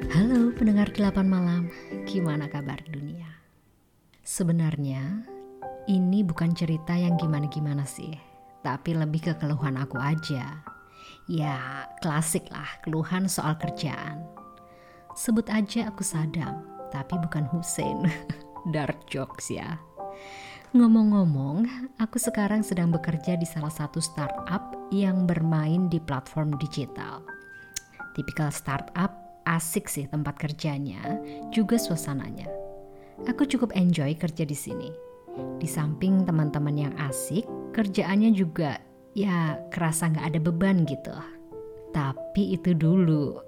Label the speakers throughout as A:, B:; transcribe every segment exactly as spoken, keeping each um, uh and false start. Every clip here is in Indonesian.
A: Halo pendengar delapan malam, gimana kabar dunia? Sebenarnya ini bukan cerita yang gimana-gimana sih, tapi lebih ke keluhan aku aja. Ya klasik lah, keluhan soal kerjaan. Sebut aja aku Sadam, tapi bukan Hussein. Dark jokes ya. Ngomong-ngomong, aku sekarang sedang bekerja di salah satu startup yang bermain di platform digital. Tipikal startup, asik sih tempat kerjanya, juga suasananya. Aku cukup enjoy kerja di sini. Di samping teman-teman yang asik, kerjaannya juga ya kerasa gak ada beban gitu. Tapi itu dulu.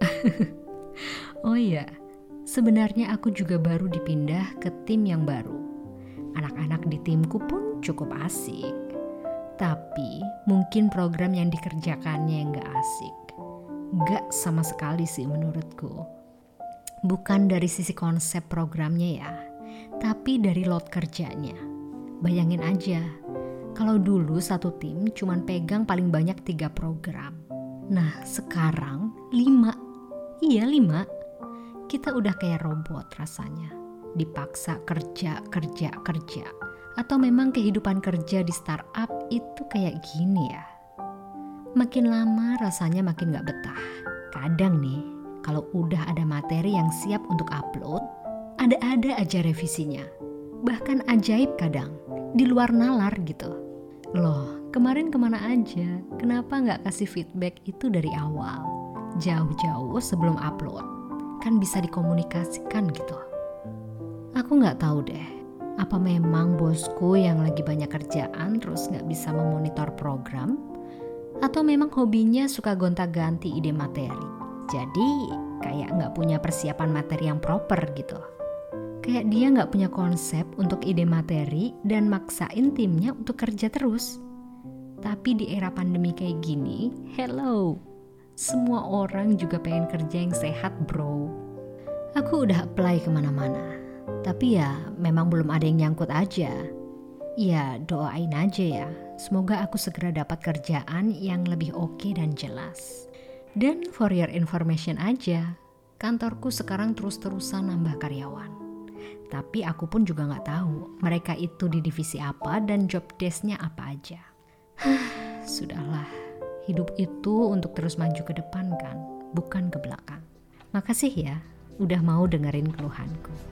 A: Oh iya, sebenarnya aku juga baru dipindah ke tim yang baru. Anak-anak di timku pun cukup asik. Tapi mungkin program yang dikerjakannya yang gak asik. Gak sama sekali sih menurutku. Bukan dari sisi konsep programnya ya, tapi dari load kerjanya. Bayangin aja, kalau dulu satu tim cuman pegang paling banyak tiga program. Nah sekarang lima, iya lima. Kita udah kayak robot rasanya. Dipaksa kerja, kerja, kerja. Atau memang kehidupan kerja di startup itu kayak gini ya. Makin lama rasanya makin gak betah. Kadang nih, kalau udah ada materi yang siap untuk upload, ada-ada aja revisinya. Bahkan ajaib kadang, di luar nalar gitu. Loh, kemarin kemana aja? Kenapa gak kasih feedback itu dari awal? Jauh-jauh sebelum upload. Kan bisa dikomunikasikan gitu. Aku gak tahu deh, apa memang bosku yang lagi banyak kerjaan terus gak bisa memonitor program? Atau memang hobinya suka gonta-ganti ide materi. Jadi kayak gak punya persiapan materi yang proper gitu. Kayak dia gak punya konsep untuk ide materi dan maksain timnya untuk kerja terus. Tapi di era pandemi kayak gini, hello. Semua orang juga pengen kerja yang sehat bro. Aku udah apply kemana-mana. Tapi ya memang belum ada yang nyangkut aja. Ya doain aja ya. Semoga aku segera dapat kerjaan yang lebih oke dan jelas. Dan for your information aja, kantorku sekarang terus-terusan nambah karyawan. Tapi aku pun juga gak tahu mereka itu di divisi apa dan job desk-nya apa aja. Sudahlah, hidup itu untuk terus maju ke depan kan, bukan ke belakang. Makasih ya, udah mau dengerin keluhanku.